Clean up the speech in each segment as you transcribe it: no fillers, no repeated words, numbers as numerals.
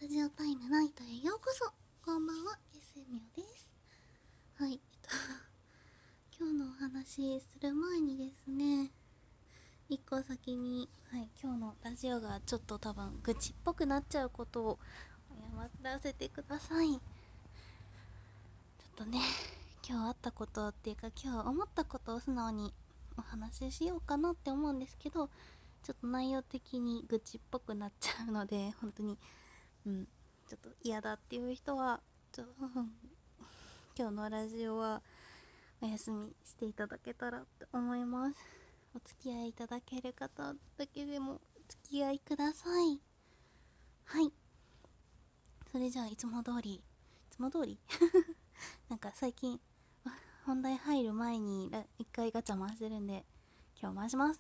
ジオタイムナイトへようこそ。こんばんは、ゲスミオです。はい、今日のお話する前にですね、一個先に、今日のラジオがちょっと多分愚痴っぽくなっちゃうことを謝らせてください。ちょっとね、今日あったことっていうか今日思ったことを素直にお話ししようかなって思うんですけど、ちょっと内容的に愚痴っぽくなっちゃうので、本当にちょっと嫌だっていう人は今日のラジオはお休みしていただけたらと思います。お付き合いいただける方だけでもお付き合いください。はい、それじゃあいつも通りなんか最近本題入る前に一回ガチャ回してるんで、今日回します。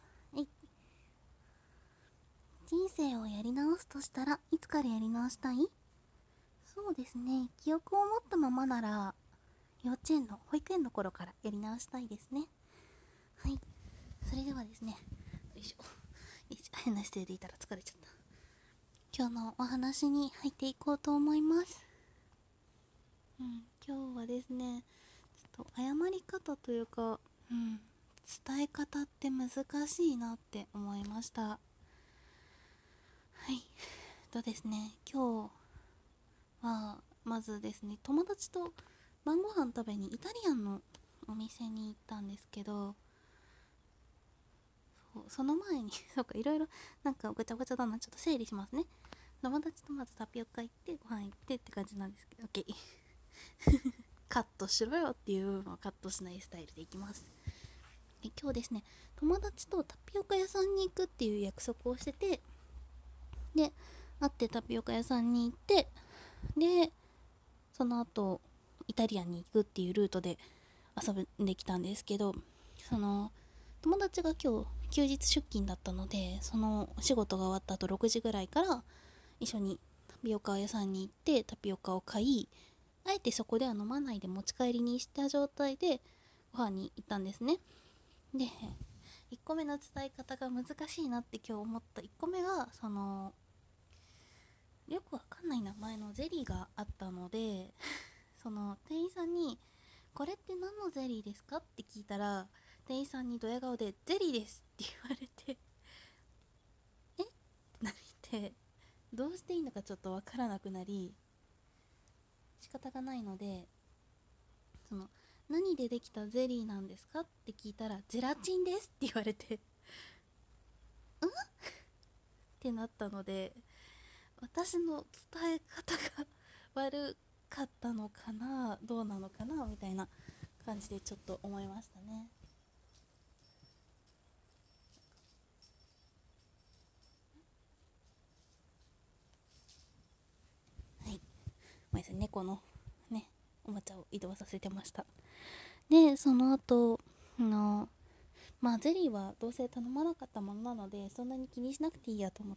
人生をやり直すとしたらいつからやり直したい？そうですね、記憶を持ったままなら保育園の頃からやり直したいですね。はい、それではですね、よいしょ変な姿勢でいたら疲れちゃった。今日のお話に入っていこうと思います。今日はですね、ちょっと謝り方というか、伝え方って難しいなって思いました。ですね、今日はまずですね、友達と晩ご飯食べにイタリアンのお店に行ったんですけど、その前にそうか、いろいろなんかごちゃごちゃだな。ちょっと整理しますね。友達とまずタピオカ行ってご飯行ってって感じなんですけど、 OK カットしろよっていう部分はカットしないスタイルでいきます。今日ですね、友達とタピオカ屋さんに行くっていう約束をしてて、で会ってタピオカ屋さんに行って、でその後イタリアンに行くっていうルートで遊んできたんですけど、その友達が今日休日出勤だったので、その仕事が終わった後6時ぐらいから一緒にタピオカ屋さんに行ってタピオカを買い、あえてそこでは飲まないで持ち帰りにした状態でご飯に行ったんですね。で1個目の伝え方が難しいなって今日思った1個目が、よくわかんない名前のゼリーがあったので、その店員さんにこれって何のゼリーですかって聞いたら、店員さんにドヤ顔でゼリーですって言われて、えってなって、どうしていいのかちょっとわからなくなり、仕方がないので、その何でできたゼリーなんですかって聞いたら、ゼラチンですって言われてってなったので、私の伝え方が悪かったのかな、どうなのかなみたいな感じでちょっと思いましたね。はい、ごめんなさい、猫のねおもちゃを移動させてました。でその後ゼリーはどうせ頼まなかったものなので、そんなに気にしなくていいやと思って、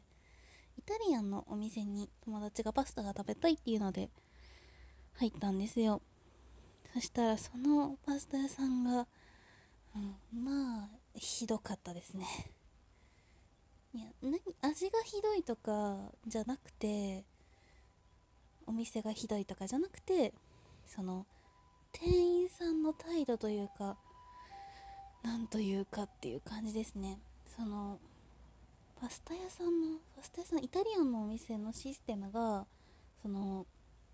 イタリアンのお店に友達がパスタが食べたいっていうので入ったんですよ。そしたらそのパスタ屋さんが、まあひどかったですね。いや、味がひどいとかじゃなくて、お店がひどいとかじゃなくて、その店員さんの態度というか、なんというかっていう感じですね。そのパスタ屋さんイタリアンのお店のシステムが、その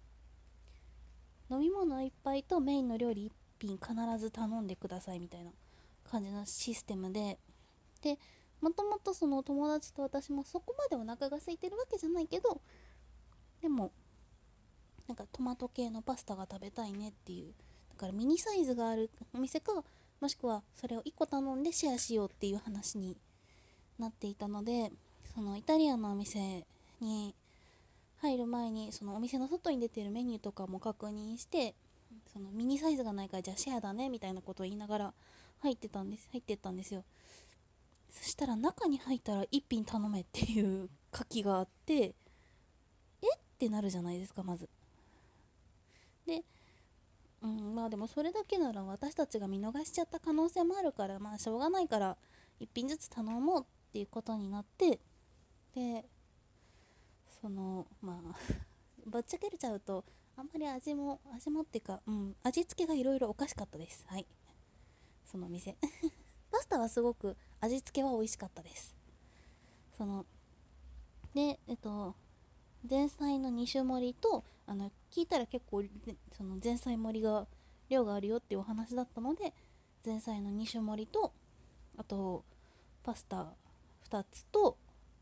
飲み物一杯とメインの料理一品必ず頼んでくださいみたいな感じのシステムで、もともとその友達と私もそこまでお腹が空いてるわけじゃないけど、でもなんかトマト系のパスタが食べたいねっていう、だからミニサイズがあるお店か、もしくはそれを1個頼んでシェアしようっていう話になっていたので、そのイタリアンのお店に入る前にそのお店の外に出てるメニューとかも確認して、そのミニサイズがないからじゃあシェアだねみたいなことを言いながら入ってったんですよ。そしたら中に入ったら1品頼めっていう書きがあって、ってなるじゃないですか、まず。でまあでもそれだけなら私たちが見逃しちゃった可能性もあるから、まあしょうがないから1品ずつ頼もうっていうことになって、でぶっちゃけれちゃうとあんまり味もっていうか、味付けがいろいろおかしかったです。はい、その店パスタはすごく味付けは美味しかったです。そので前菜の2種盛りと聞いたら結構その前菜盛りが量があるよっていうお話だったので、前菜の2種盛りと、あとパスタ2つと、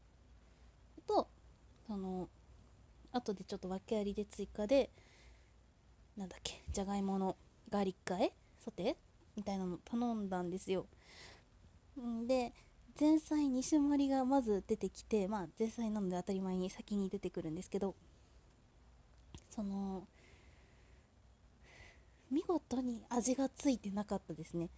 その後でちょっと訳ありで追加でなんだっけ、じゃがいものガーリック和えソテーみたいなの頼んだんですよ。で前菜2種盛りがまず出てきて、前菜なので当たり前に先に出てくるんですけど、見事に味がついてなかったですね。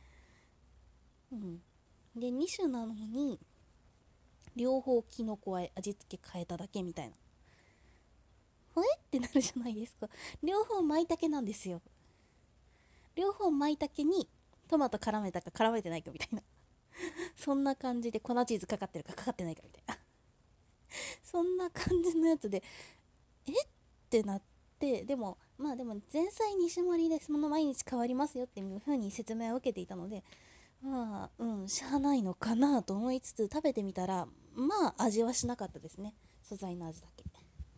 で2種なのに両方キノコ和え味付け変えただけみたいな、ってなるじゃないですか。両方舞茸なんですよ。両方舞茸にトマト絡めたか絡めてないかみたいなそんな感じで粉チーズかかってるかかかってないかみたいなそんな感じのやつでってなって、でも前菜2種盛りでその毎日変わりますよっていう風に説明を受けていたので、しゃあないのかなと思いつつ食べてみたら、味はしなかったですね。素材の味だけ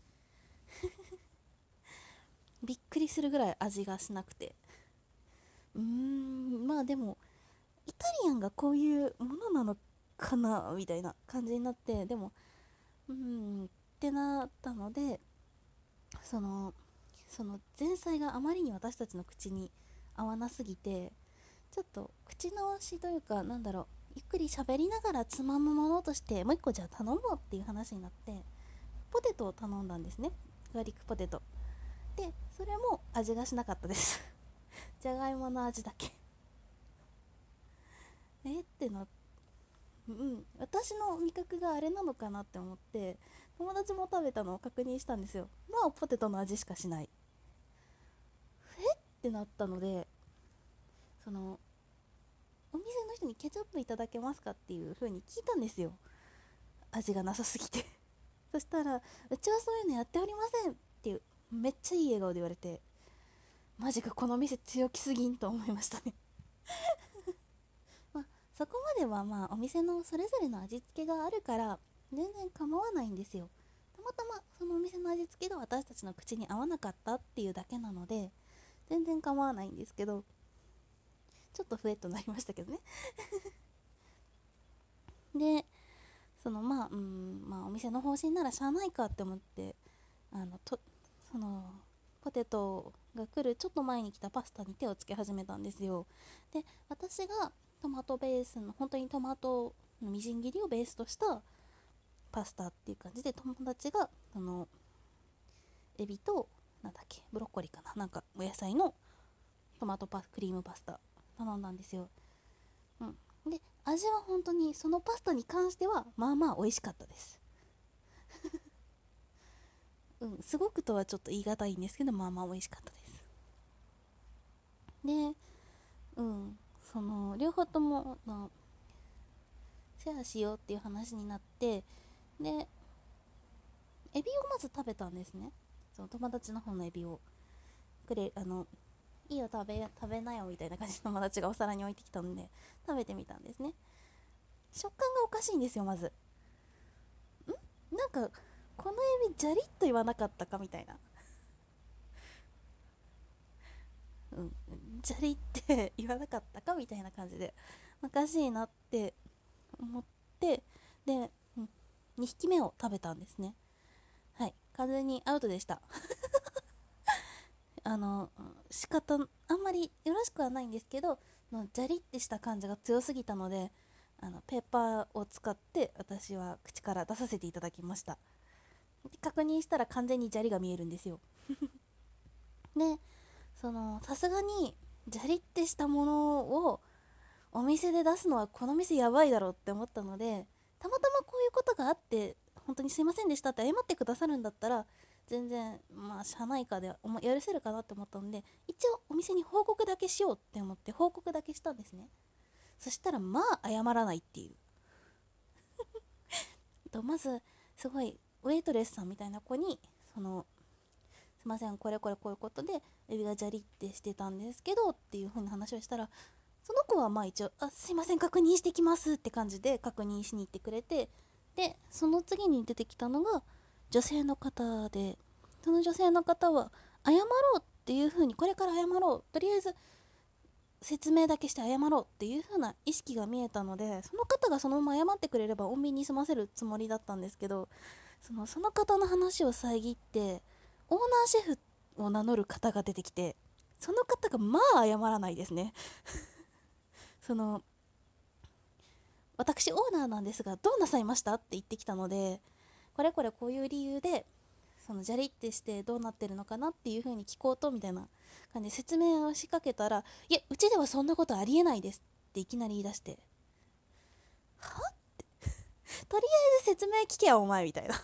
びっくりするぐらい味がしなくて、でもイタリアンがこういうものなのかなみたいな感じになって、でもってなったので、その前菜があまりに私たちの口に合わなすぎて、ちょっと口直しというか、ゆっくり喋りながらつまむものとしてもう一個じゃあ頼もうっていう話になって、ポテトを頼んだんですね。ガーリックポテトで、それも味がしなかったですじゃがいもの味だけってなって、私の味覚があれなのかなって思って、友達も食べたのを確認したんですよ。ポテトの味しかしないってなったので、お店の人にケチャップいただけますかっていう風に聞いたんですよ。味がなさすぎてそしたら、うちはそういうのやっておりませんっていうめっちゃいい笑顔で言われて、マジかこの店強気すぎんと思いましたねそこまではお店のそれぞれの味付けがあるから全然構わないんですよ。たまたまそのお店の味付けが私たちの口に合わなかったっていうだけなので全然構わないんですけど、ちょっとふえっとなりましたけどねでお店の方針ならしゃあないかって思って、そのポテトが来るちょっと前に来たパスタに手をつけ始めたんですよ。で私がトマトベースの、本当にトマトのみじん切りをベースとしたパスタっていう感じで、友達がエビとなんだっけブロッコリーかな、なんかお野菜のトマトクリームパスタ頼んだんですよ。で味は本当にそのパスタに関しては美味しかったですすごくとはちょっと言い難いんですけど、美味しかったです。で両方ともシェアしようっていう話になって、でエビをまず食べたんですね。その友達の方のエビをいいよ食べなよみたいな感じの友達がお皿に置いてきたので食べてみたんですね。食感がおかしいんですよ。まずなんかこのエビジャリッと言わなかったかみたいな、ジャリって言わなかったかみたいな感じでおかしいなって思って、で、2匹目を食べたんですね。はい、完全にアウトでした仕方あんまりよろしくはないんですけど、ジャリってした感じが強すぎたので、ペーパーを使って私は口から出させていただきました。で確認したら完全に砂利が見えるんですよでさすがに砂利ってしたものをお店で出すのはこの店やばいだろうって思ったので、たまたまこういうことがあって本当にすいませんでしたって謝ってくださるんだったら全然社内下で許せるかなって思ったので、一応お店に報告だけしようって思って報告だけしたんですね。そしたら謝らないっていうと、まずすごいウェイトレスさんみたいな子にすいませんこれこれこういうことでエビがジャリってしてたんですけどっていう風な話をしたら、その子はまあ一応すいません確認してきますって感じで確認しに行ってくれて、でその次に出てきたのが女性の方で、その女性の方は謝ろうっていう風に、これから謝ろう、とりあえず説明だけして謝ろうっていう風な意識が見えたので、その方がそのまま謝ってくれれば穏便に済ませるつもりだったんですけど、その方の話を遮ってオーナーシェフを名乗る方が出てきて、その方がまあ謝らないですね。その私オーナーなんですがどうなさいましたって言ってきたので、これこれこういう理由でジャリってしてどうなってるのかなっていう風に聞こうとみたいな感じで説明をしかけたら、いやうちではそんなことありえないですっていきなり言い出して、はとりあえず説明聞けやお前みたいな。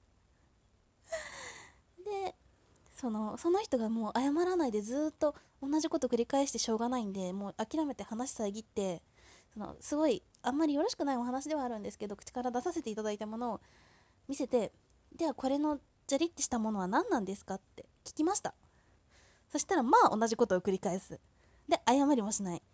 でその人がもう謝らないでずっと同じこと繰り返してしょうがないんで、もう諦めて話遮って、すごいあんまりよろしくないお話ではあるんですけど、口から出させていただいたものを見せて、ではこれのジャリってしたものは何なんですかって聞きました。そしたらまあ同じことを繰り返す。で謝りもしない。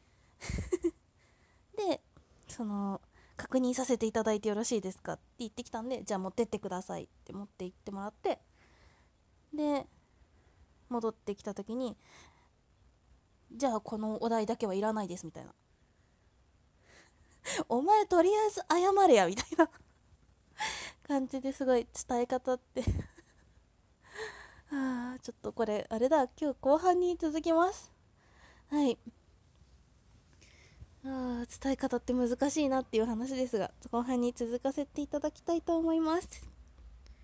で確認させていただいてよろしいですかって言ってきたんで、じゃあ持ってってくださいって持って行ってもらって、で戻ってきた時に、じゃあこのお題だけはいらないですみたいな。お前とりあえず謝れやみたいな感じですごい伝え方ってちょっとこれあれだ、今日後半に続きます。はい。伝え方って難しいなっていう話ですが、後半に続かせていただきたいと思います。